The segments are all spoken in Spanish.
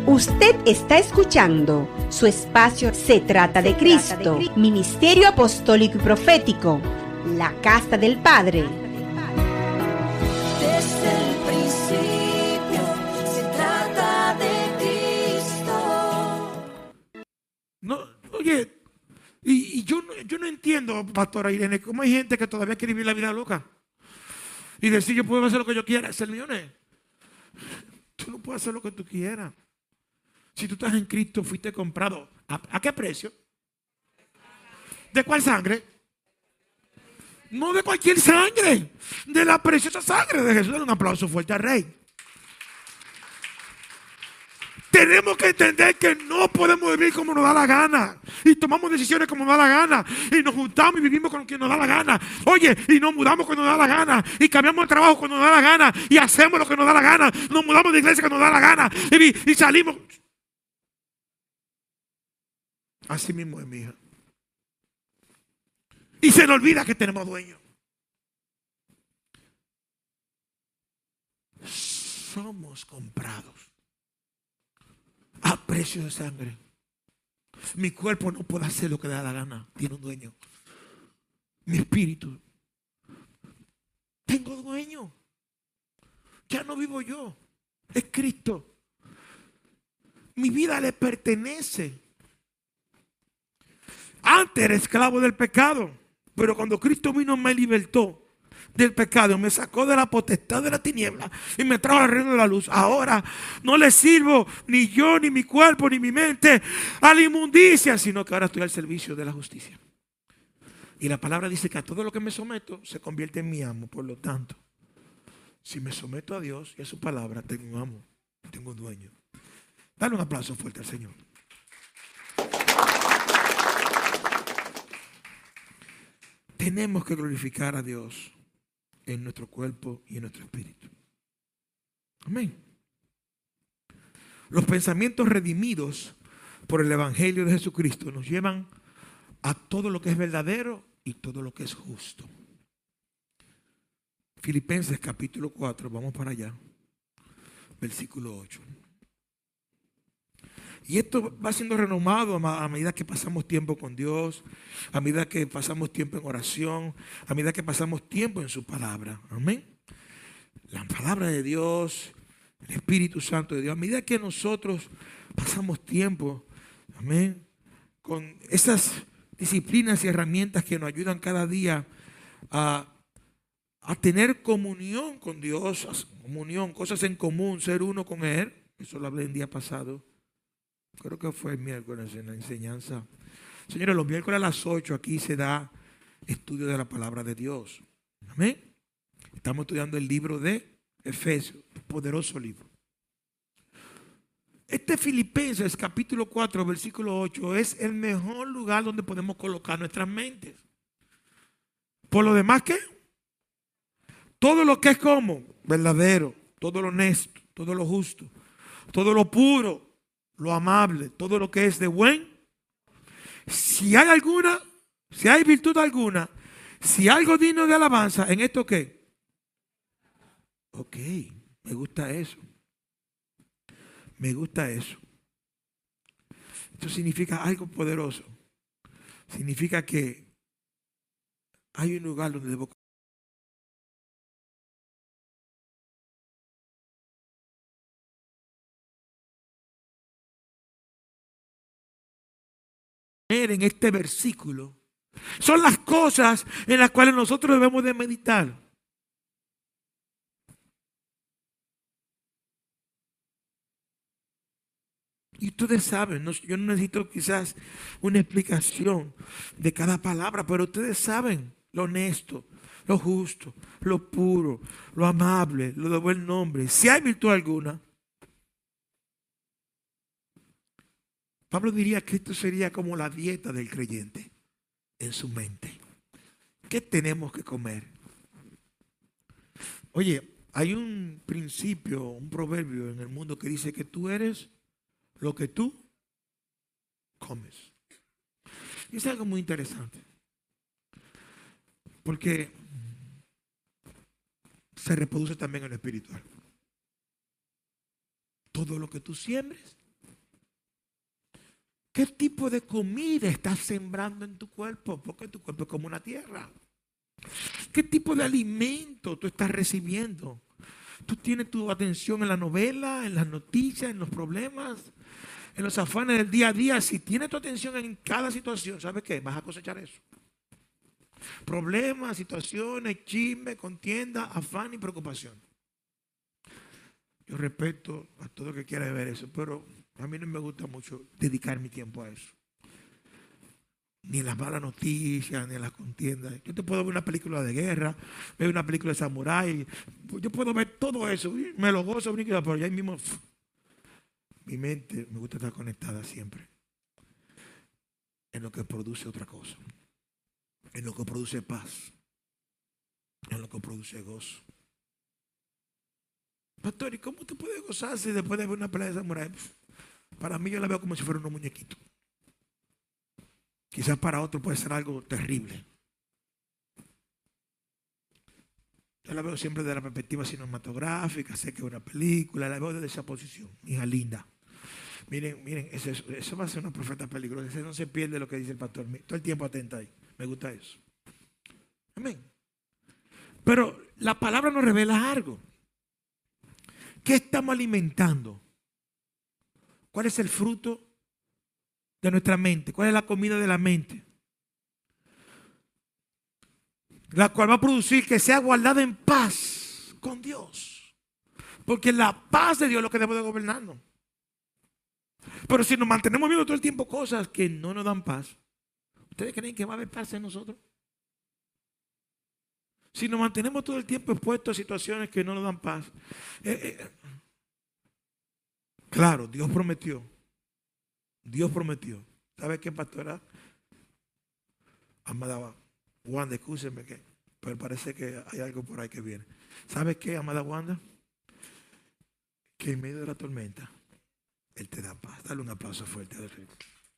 Usted está escuchando su espacio Se Trata de Cristo, Ministerio Apostólico y Profético, la Casa del Padre. Desde el principio se trata de Cristo. No, oye, y yo no entiendo, pastora Irene, cómo hay gente que todavía quiere vivir la vida loca y decir yo puedo hacer lo que yo quiera, ser millones. Tú no puedes hacer lo que tú quieras. Si tú estás en Cristo, fuiste comprado. ¿A qué precio? ¿De cuál sangre? No de cualquier sangre, de la preciosa sangre de Jesús. Un aplauso fuerte al Rey. Tenemos que entender que no podemos vivir como nos da la gana. Y tomamos decisiones como nos da la gana. Y nos juntamos y vivimos con quien nos da la gana. Oye, y nos mudamos cuando nos da la gana. Y cambiamos de trabajo cuando nos da la gana. Y hacemos lo que nos da la gana. Nos mudamos de iglesia cuando nos da la gana. Y salimos. Así mismo es, mi hija. Y se nos olvida que tenemos dueño. Somos comprados a precio de sangre. Mi cuerpo no puede hacer lo que le da la gana. Tiene un dueño. Mi espíritu. Tengo dueño. Ya no vivo yo. Es Cristo. Mi vida le pertenece. Antes era esclavo del pecado. Pero cuando Cristo vino me libertó del pecado, me sacó de la potestad de la tiniebla y me trajo al reino de la luz. Ahora no le sirvo ni yo, ni mi cuerpo, ni mi mente a la inmundicia, sino que ahora estoy al servicio de la justicia. Y la palabra dice que a todo lo que me someto se convierte en mi amo. Por lo tanto, si me someto a Dios y a su palabra, tengo un amo, tengo un dueño. Dale un aplauso fuerte al Señor. Tenemos que glorificar a Dios en nuestro cuerpo y en nuestro espíritu. Amén. Los pensamientos redimidos por el Evangelio de Jesucristo nos llevan a todo lo que es verdadero y todo lo que es justo. Filipenses capítulo 4, vamos para allá, versículo 8. Y esto va siendo renomado a medida que pasamos tiempo con Dios, a medida que pasamos tiempo en oración, a medida que pasamos tiempo en su palabra. Amén. La palabra de Dios, el Espíritu Santo de Dios, a medida que nosotros pasamos tiempo, amén, con esas disciplinas y herramientas que nos ayudan cada día a tener comunión con Dios, comunión, cosas en común, ser uno con Él. Eso lo hablé el día pasado. Creo que fue el miércoles en la enseñanza. Señores, los miércoles a las 8 aquí se da estudio de la palabra de Dios. Amén. Estamos estudiando el libro de Efesios, poderoso libro. Este Filipenses capítulo 4, versículo 8 es el mejor lugar donde podemos colocar nuestras mentes. Por lo demás, ¿qué? Todo lo que es como verdadero, todo lo honesto, todo lo justo, todo lo puro, lo amable, todo lo que es de buen. Si hay virtud alguna, si algo digno de alabanza, ¿en esto qué? Ok, me gusta eso. Me gusta eso. Esto significa algo poderoso. Significa que hay un lugar donde debo en este versículo. Son las cosas en las cuales nosotros debemos de meditar. Y ustedes saben, yo no necesito quizás una explicación de cada palabra, pero ustedes saben lo honesto, lo justo, lo puro, lo amable, lo de buen nombre. Si hay virtud alguna, Pablo diría que esto sería como la dieta del creyente en su mente. ¿Qué tenemos que comer? Oye, hay un principio, un proverbio en el mundo que dice que tú eres lo que tú comes. Y es algo muy interesante. Porque se reproduce también en lo espiritual. Todo lo que tú siembres, ¿Qué tipo de comida estás sembrando en tu cuerpo? Porque tu cuerpo es como una tierra. ¿Qué tipo de alimento tú estás recibiendo? ¿Tú tienes tu atención en la novela, en las noticias, en los problemas, en los afanes del día a día? Si tienes tu atención en cada situación, ¿sabes qué? Vas a cosechar eso. Problemas, situaciones, chisme, contienda, afán y preocupación. Yo respeto a todo el que quiera ver eso, pero a mí no me gusta mucho dedicar mi tiempo a eso. Ni las malas noticias, ni las contiendas. Yo te puedo ver una película de guerra, ver una película de samurái. Yo puedo ver todo eso, me lo gozo, pero ya mismo mi mente me gusta estar conectada siempre en lo que produce otra cosa, en lo que produce paz, en lo que produce gozo. Pastor, ¿y cómo te puedes gozar si después de ver una pelea de samurái? Para mí yo la veo como si fuera unos muñequitos. Quizás para otro puede ser algo terrible. Yo la veo siempre desde la perspectiva cinematográfica, sé que es una película, la veo desde esa posición, hija linda. Miren, eso va a ser una profeta peligrosa. Ese no se pierde lo que dice el pastor. Todo el tiempo atenta ahí. Me gusta eso. Amén. Pero la palabra nos revela algo. ¿Qué estamos alimentando? ¿Cuál es el fruto de nuestra mente? ¿Cuál es la comida de la mente? La cual va a producir que sea guardada en paz con Dios. Porque la paz de Dios es lo que debe de gobernarnos. Pero si nos mantenemos viendo todo el tiempo cosas que no nos dan paz, ¿ustedes creen que va a haber paz en nosotros? Si nos mantenemos todo el tiempo expuestos a situaciones que no nos dan paz. Claro, Dios prometió. Dios prometió. ¿Sabe qué, pastora? Amada Wanda, escúcheme que, pero parece que hay algo por ahí que viene. ¿Sabe qué, amada Wanda? Que en medio de la tormenta, Él te da paz. Dale un aplauso fuerte al Rey.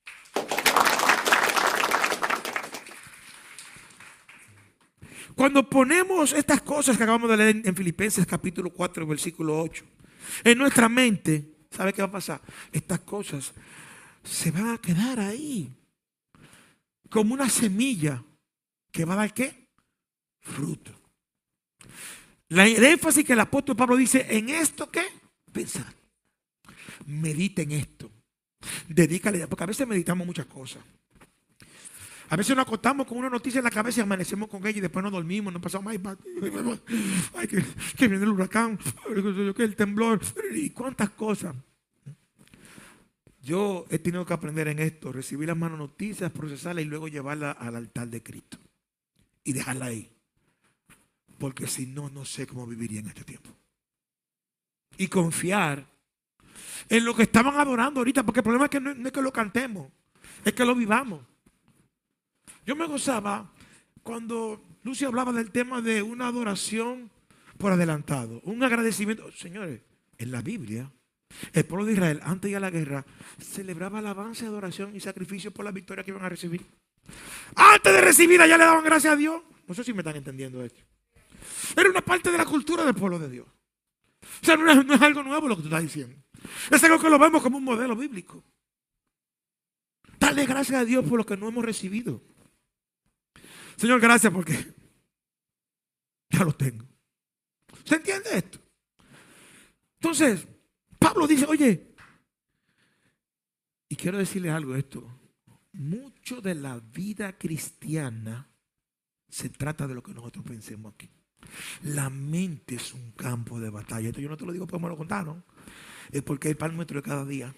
Cuando ponemos estas cosas que acabamos de leer en Filipenses capítulo 4, versículo 8, en nuestra mente, ¿sabe qué va a pasar? Estas cosas se van a quedar ahí como una semilla que va a dar ¿qué? Fruto. El énfasis que el apóstol Pablo dice, ¿en esto qué? Pensar. Medita en esto. Dedícale, porque a veces meditamos muchas cosas. A veces nos acostamos con una noticia en la cabeza y amanecemos con ella y después nos dormimos, nos pasamos, ay, que viene el huracán, que el temblor, y cuántas cosas. Yo he tenido que aprender en esto, recibir las malas noticias, procesarlas y luego llevarlas al altar de Cristo. Y dejarla ahí. Porque si no, no sé cómo viviría en este tiempo. Y confiar en lo que estaban adorando ahorita, porque el problema es que no es que lo cantemos, es que lo vivamos. Yo me gozaba cuando Lucy hablaba del tema de una adoración por adelantado, un agradecimiento. Señores, en la Biblia, el pueblo de Israel, antes de ir a la guerra, celebraba alabanza, adoración y sacrificio por la victoria que iban a recibir. Antes de recibirla ya le daban gracias a Dios. No sé si me están entendiendo esto. Era una parte de la cultura del pueblo de Dios. O sea, no es algo nuevo lo que tú estás diciendo. Es algo que lo vemos como un modelo bíblico. Darle gracias a Dios por lo que no hemos recibido. Señor, gracias porque ya lo tengo. ¿Se entiende esto? Entonces, Pablo dice, oye, y quiero decirle algo esto. Mucho de la vida cristiana se trata de lo que nosotros pensemos aquí. La mente es un campo de batalla. Esto yo no te lo digo porque me lo contaron. Es porque es el pan nuestro de cada día.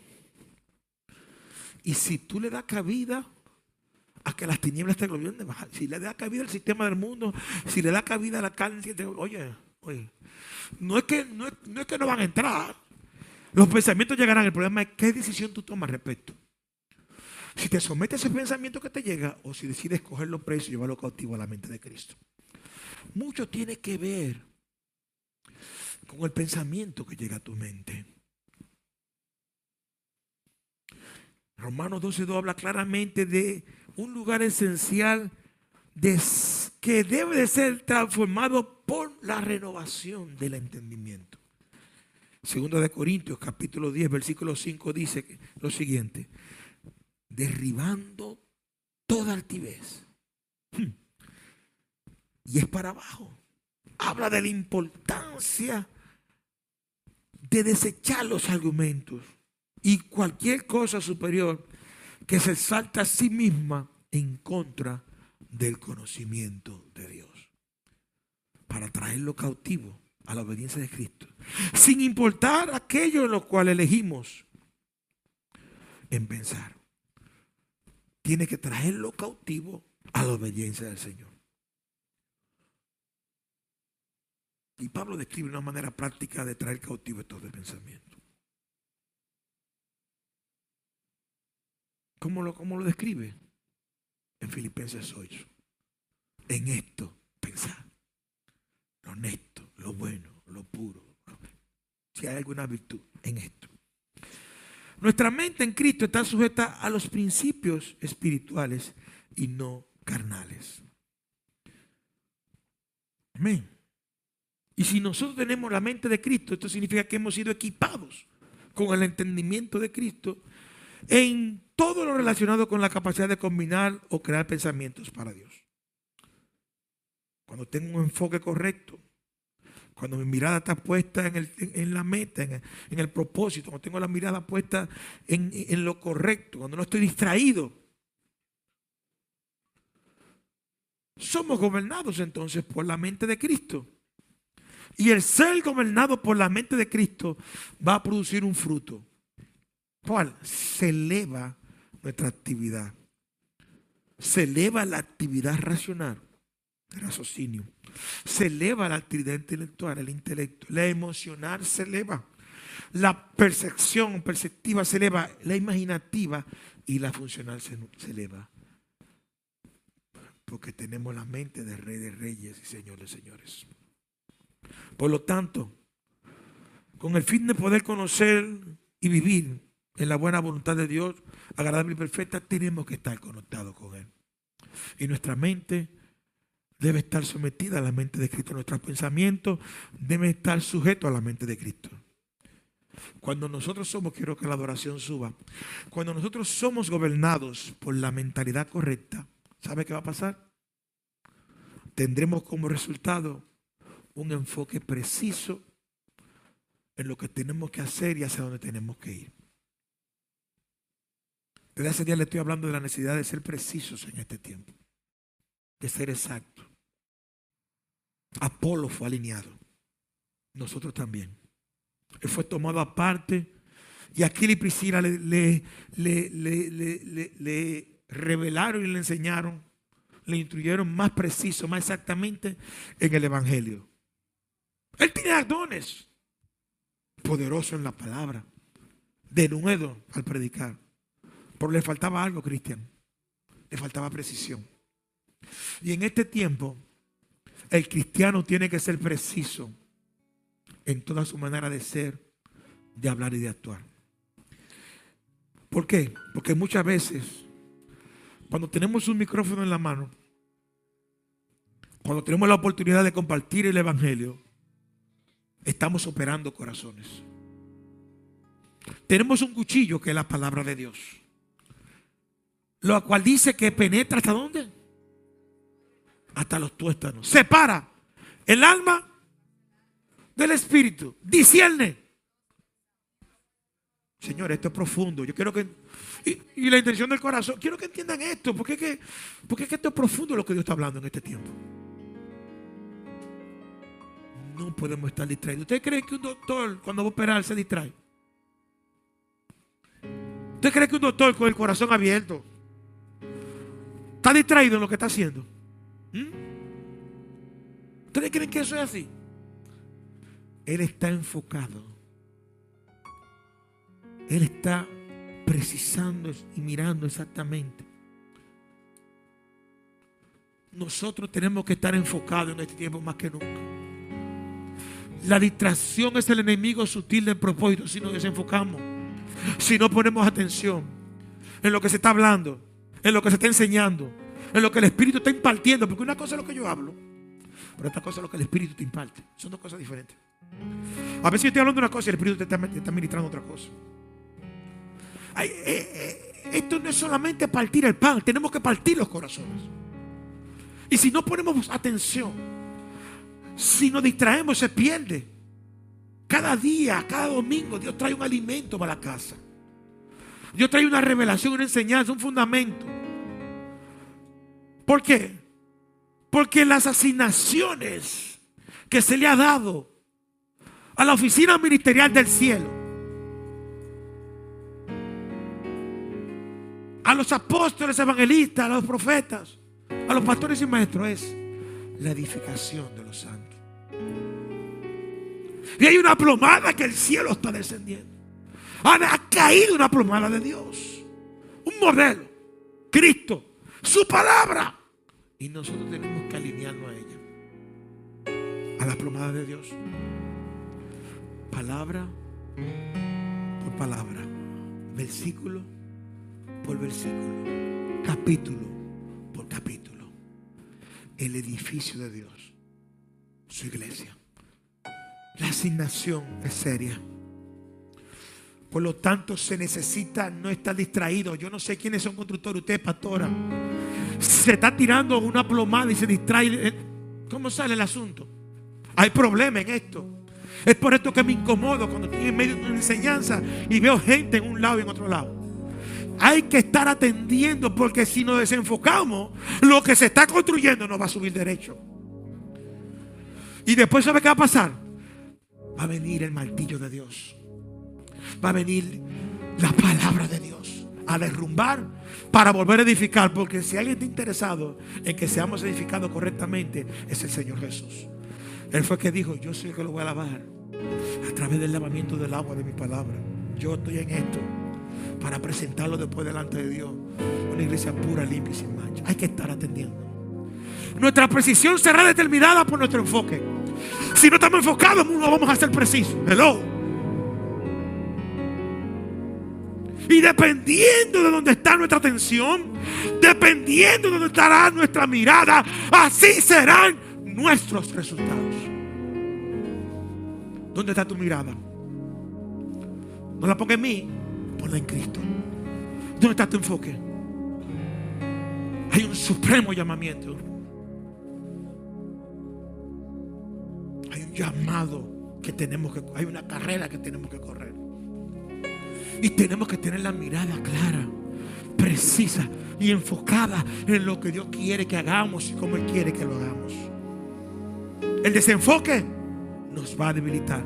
Y si tú le das cabida a que las tinieblas te gobiernen, si le das cabida al sistema del mundo, si le das cabida a la carne, oye, no es que no van a entrar. Los pensamientos llegarán. El problema es qué decisión tú tomas al respecto. Si te sometes a ese pensamiento que te llega o si decides cogerlo preso y llevarlo cautivo a la mente de Cristo. Mucho tiene que ver con el pensamiento que llega a tu mente. Romanos 12:2 habla claramente de un lugar esencial que debe de ser transformado por la renovación del entendimiento. Segunda de Corintios capítulo 10 versículo 5 dice lo siguiente. derribando toda altivez. Y es para abajo. Habla de la importancia de desechar los argumentos y cualquier cosa superior que se exalta a sí misma en contra del conocimiento de Dios, para traerlo cautivo a la obediencia de Cristo, sin importar aquello en lo cual elegimos en pensar. Tiene que traerlo cautivo a la obediencia del Señor. Y Pablo describe una manera práctica de traer cautivo estos de pensamiento. ¿Cómo lo describe? En Filipenses 8. En esto pensar. Lo honesto, lo bueno, lo puro. Si hay alguna virtud en esto. Nuestra mente en Cristo está sujeta a los principios espirituales y no carnales. Amén. Y si nosotros tenemos la mente de Cristo, esto significa que hemos sido equipados con el entendimiento de Cristo en todo lo relacionado con la capacidad de combinar o crear pensamientos para Dios. Cuando tengo un enfoque correcto, cuando mi mirada está puesta en la meta, en el propósito, cuando tengo la mirada puesta en lo correcto, cuando no estoy distraído, somos gobernados entonces por la mente de Cristo. Y el ser gobernado por la mente de Cristo va a producir un fruto. ¿Cuál? Se eleva nuestra actividad. Se eleva la actividad racional, el raciocinio. Se eleva la actividad intelectual, el intelecto. La emocional se eleva. La percepción perceptiva se eleva. La imaginativa y la funcional se eleva. Porque tenemos la mente de Rey de Reyes y Señor de Señores. Por lo tanto, con el fin de poder conocer y vivir en la buena voluntad de Dios, agradable y perfecta, tenemos que estar conectados con Él. Y nuestra mente debe estar sometida a la mente de Cristo. Nuestros pensamientos deben estar sujetos a la mente de Cristo. Cuando nosotros quiero que la adoración suba, cuando nosotros somos gobernados por la mentalidad correcta, ¿sabe qué va a pasar? Tendremos como resultado un enfoque preciso en lo que tenemos que hacer y hacia dónde tenemos que ir. Desde hace días le estoy hablando de la necesidad de ser precisos en este tiempo, de ser exactos. Apolo fue alineado, nosotros también. Él fue tomado aparte y Aquila y Priscila le revelaron y le enseñaron, le instruyeron más preciso, más exactamente en el Evangelio. Él tenía dones, poderoso en la palabra, denuedo al predicar. Pero le faltaba algo, Cristian. Le faltaba precisión. Y en este tiempo, el cristiano tiene que ser preciso en toda su manera de ser, de hablar y de actuar. ¿Por qué? Porque muchas veces, cuando tenemos un micrófono en la mano, cuando tenemos la oportunidad de compartir el Evangelio, estamos operando corazones. Tenemos un cuchillo que es la palabra de Dios, lo cual dice que penetra ¿hasta dónde? Hasta los tuétanos. Separa el alma del espíritu. Discierne. Señor, esto es profundo. Yo quiero que... Y la intención del corazón, quiero que entiendan esto. Porque es que esto es profundo lo que Dios está hablando en este tiempo. No podemos estar distraídos. ¿Ustedes creen que un doctor cuando va a operar se distrae? ¿Ustedes creen que un doctor con el corazón abierto está distraído en lo que está haciendo? ¿Ustedes creen que eso es así? Él está enfocado. Él está precisando y mirando exactamente. Nosotros tenemos que estar enfocados en este tiempo más que nunca. La distracción es el enemigo sutil del propósito si nos desenfocamos. Si no ponemos atención en lo que se está hablando, en lo que se está enseñando, en lo que el Espíritu está impartiendo. Porque una cosa es lo que yo hablo, pero otra cosa es lo que el Espíritu te imparte. Son dos cosas diferentes. A veces yo estoy hablando de una cosa y el Espíritu te está ministrando otra cosa. Esto no es solamente partir el pan, tenemos que partir los corazones. Y si no ponemos atención, si nos distraemos, se pierde. Cada día, cada domingo, Dios trae un alimento para la casa. Dios trae una revelación, una enseñanza, un fundamento. ¿Por qué? Porque las asignaciones que se le ha dado a la oficina ministerial del cielo, a los apóstoles, evangelistas, a los profetas, a los pastores y maestros, es la edificación de los santos. Y hay una plomada que el cielo está descendiendo. Ha caído una plomada de Dios, un modelo, Cristo, su palabra, y nosotros tenemos que alinearnos a ella, a la plomada de Dios, palabra por palabra, versículo por versículo, capítulo por capítulo, el edificio de Dios, su iglesia. La asignación es seria. Por lo tanto, se necesita no estar distraído. Yo no sé quiénes son constructores, usted es pastora. Se está tirando una plomada y se distrae. ¿Cómo sale el asunto? Hay problema en esto. Es por esto que me incomodo cuando estoy en medio de una enseñanza y veo gente en un lado y en otro lado. Hay que estar atendiendo, porque si nos desenfocamos, lo que se está construyendo no va a subir derecho. Y después, ¿sabe qué va a pasar? Va a venir el martillo de Dios. Va a venir la palabra de Dios a derrumbar para volver a edificar. Porque si alguien está interesado en que seamos edificados correctamente, es el Señor Jesús. Él fue el que dijo: yo soy el que lo voy a lavar a través del lavamiento del agua de mi palabra. Yo estoy en esto para presentarlo después delante de Dios, una iglesia pura, limpia y sin mancha. Hay que estar atendiendo. Nuestra precisión será determinada por nuestro enfoque. Si no estamos enfocados, no vamos a ser precisos. Hello. Y dependiendo de dónde está nuestra atención, dependiendo de dónde estará nuestra mirada, así serán nuestros resultados. ¿Dónde está tu mirada? No la ponga en mí, ponla en Cristo. ¿Dónde está tu enfoque? Hay un supremo llamamiento. Hay un llamado que tenemos que, hay una carrera que tenemos que correr. Y tenemos que tener la mirada clara, precisa y enfocada en lo que Dios quiere que hagamos y cómo Él quiere que lo hagamos. El desenfoque nos va a debilitar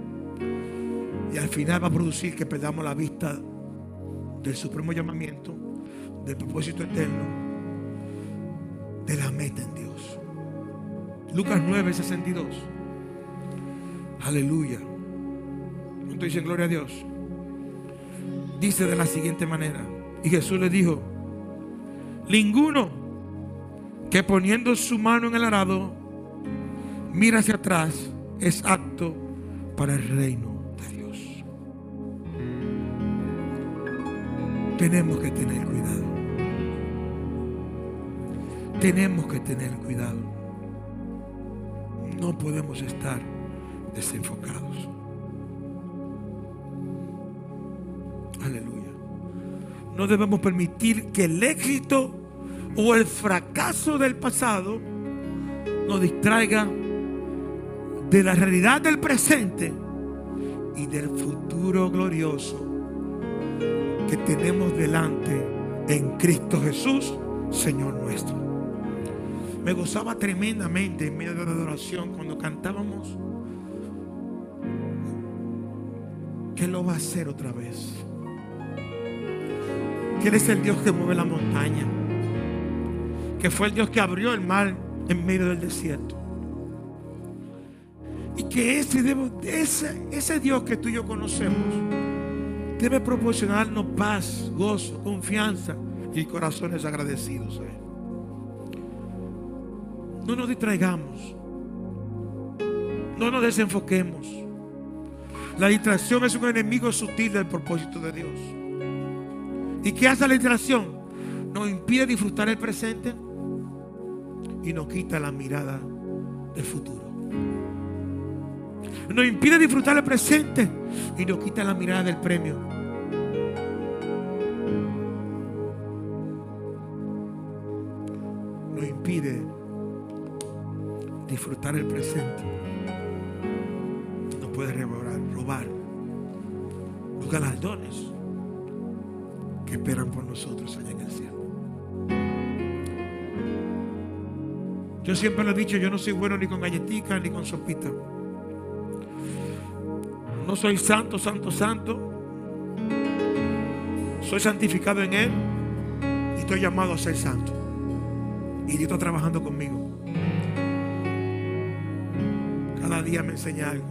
y al final va a producir que perdamos la vista del supremo llamamiento, del propósito eterno, de la meta en Dios. Lucas 9:62. Aleluya. ¿Cuánto dicen gloria a Dios? Dice de la siguiente manera: y Jesús le dijo: ninguno que poniendo su mano en el arado mira hacia atrás es apto para el reino de Dios. Tenemos que tener cuidado. Tenemos que tener cuidado. No podemos estar desenfocados. Aleluya. No debemos permitir que el éxito o el fracaso del pasado nos distraiga de la realidad del presente y del futuro glorioso que tenemos delante en Cristo Jesús, Señor nuestro. Me gozaba tremendamente en medio de la adoración cuando cantábamos que Él lo va a hacer otra vez. Que Él es el Dios que mueve la montaña, que fue el Dios que abrió el mar en medio del desierto, y que ese Dios que tú y yo conocemos debe proporcionarnos paz, gozo, confianza y corazones agradecidos. No nos distraigamos, no nos desenfoquemos. La distracción es un enemigo sutil del propósito de Dios. ¿Y qué hace la distracción? Nos impide disfrutar el presente y nos quita la mirada del futuro. Nos impide disfrutar el presente y nos quita la mirada del premio. impide disfrutar el presente, nos puede robar los galardones que esperan por nosotros allá en el cielo. Yo siempre lo he dicho, yo no soy bueno ni con galletitas ni con sopita. No soy santo, santo, santo. Soy santificado en Él y estoy llamado a ser santo. Y Dios está trabajando conmigo. Cada día me enseña algo.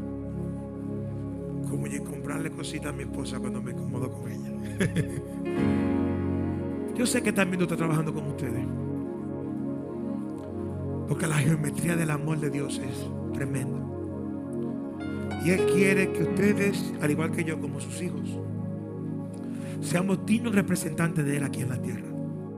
Como yo comprarle cositas a mi esposa cuando me incomodo con ella. Yo sé que también Dios está trabajando con ustedes. Porque la geometría del amor de Dios es tremenda. Y Él quiere que ustedes, al igual que yo, como sus hijos, seamos dignos representantes de Él aquí en la tierra.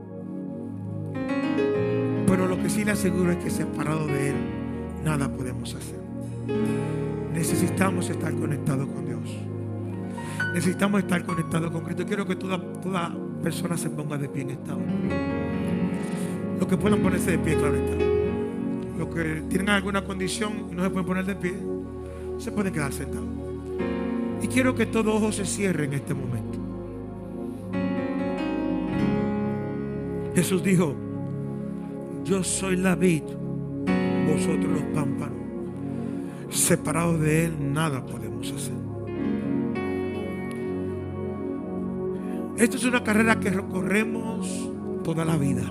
Pero lo que sí le aseguro es que separados de Él, nada podemos hacer. Necesitamos estar conectados con Dios. Necesitamos estar conectados con Cristo. Quiero que toda persona se ponga de pie en esta hora. Los que puedan ponerse de pie, claro está. Los que tienen alguna condición y no se pueden poner de pie, se pueden quedar sentados. Y quiero que todo ojo se cierre en este momento. Jesús dijo: yo soy la vid, vosotros los pámpanos. Separados de Él nada podemos hacer. Esto es una carrera que recorremos toda la vida,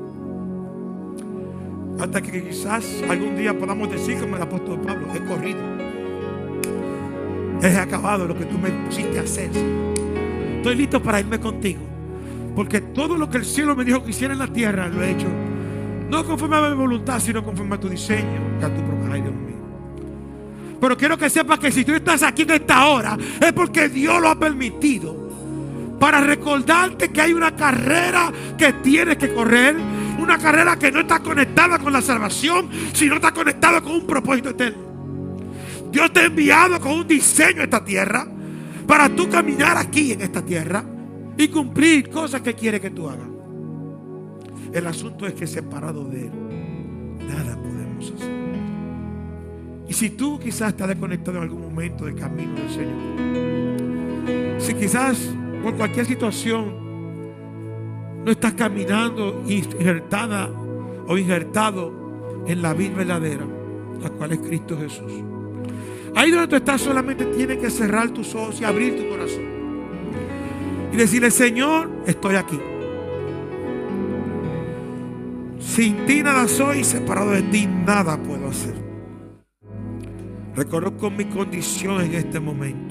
hasta que quizás algún día podamos decir como el apóstol Pablo: he corrido, he acabado lo que tú me pusiste a hacer. Estoy listo para irme contigo, porque todo lo que el cielo me dijo que hiciera en la tierra lo he hecho, no conforme a mi voluntad, sino conforme a tu diseño que a tu propósito. Ay, Dios mío. Pero quiero que sepas que si tú estás aquí en esta hora, es porque Dios lo ha permitido, para recordarte que hay una carrera que tienes que correr. Una carrera que no está conectada con la salvación, sino está conectada con un propósito eterno. Dios te ha enviado con un diseño a esta tierra, para tú caminar aquí en esta tierra y cumplir cosas que quiere que tú hagas. El asunto es que separado de Él, nada podemos hacer. Y si tú quizás estás desconectado en algún momento del camino del Señor, si quizás por cualquier situación no estás caminando injertada o injertado en la vida verdadera, la cual es Cristo Jesús, ahí donde tú estás solamente tienes que cerrar tus ojos y abrir tu corazón y decirle: Señor, estoy aquí. Sin ti nada soy, y separado de ti nada puedo hacer. Reconozco mi condición en este momento.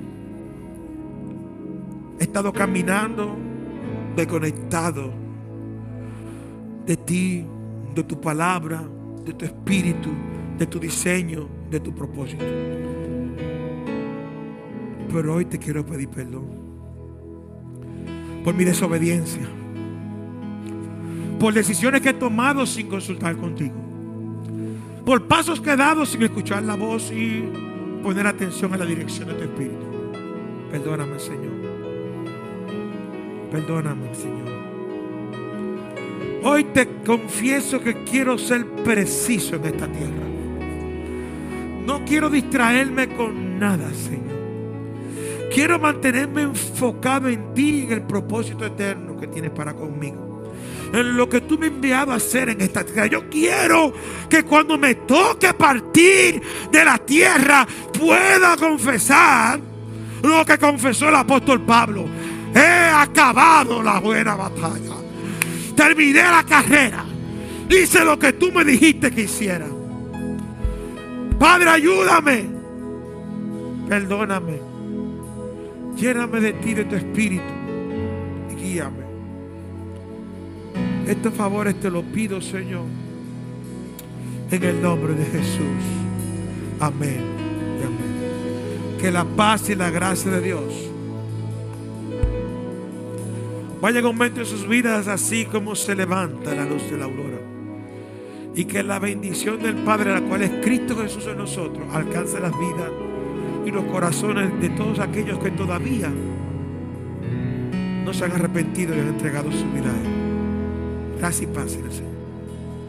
He estado caminando desconectado de ti, de tu palabra, de tu espíritu, de tu diseño, de tu propósito. Pero hoy te quiero pedir perdón por mi desobediencia, por decisiones que he tomado sin consultar contigo, por pasos que he dado sin escuchar la voz y poner atención a la dirección de tu espíritu. Perdóname, Señor. Perdóname, Señor. Hoy te confieso que quiero ser preciso en esta tierra. No quiero distraerme con nada, Señor. Quiero mantenerme enfocado en ti y en el propósito eterno que tienes para conmigo, en lo que tú me has enviado a hacer en esta tierra. Yo quiero que cuando me toque partir de la tierra pueda confesar lo que confesó el apóstol Pablo: he acabado la buena batalla, terminé la carrera, hice lo que tú me dijiste que hiciera. Padre, ayúdame, perdóname, lléname de ti, de tu espíritu, y guíame. Estos favores te los pido, Señor, en el nombre de Jesús. Amén y amén. Que la paz y la gracia de Dios vaya en aumento en sus vidas, así como se levanta la luz de la aurora. Y que la bendición del Padre, la cual es Cristo Jesús en nosotros, alcance las vidas y los corazones de todos aquellos que todavía no se han arrepentido y han entregado su vida a Él. Gracias y paz en el Señor.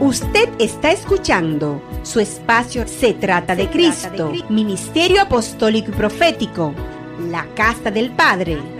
Usted está escuchando su espacio Se trata de Cristo, Ministerio Apostólico y Profético, la Casa del Padre.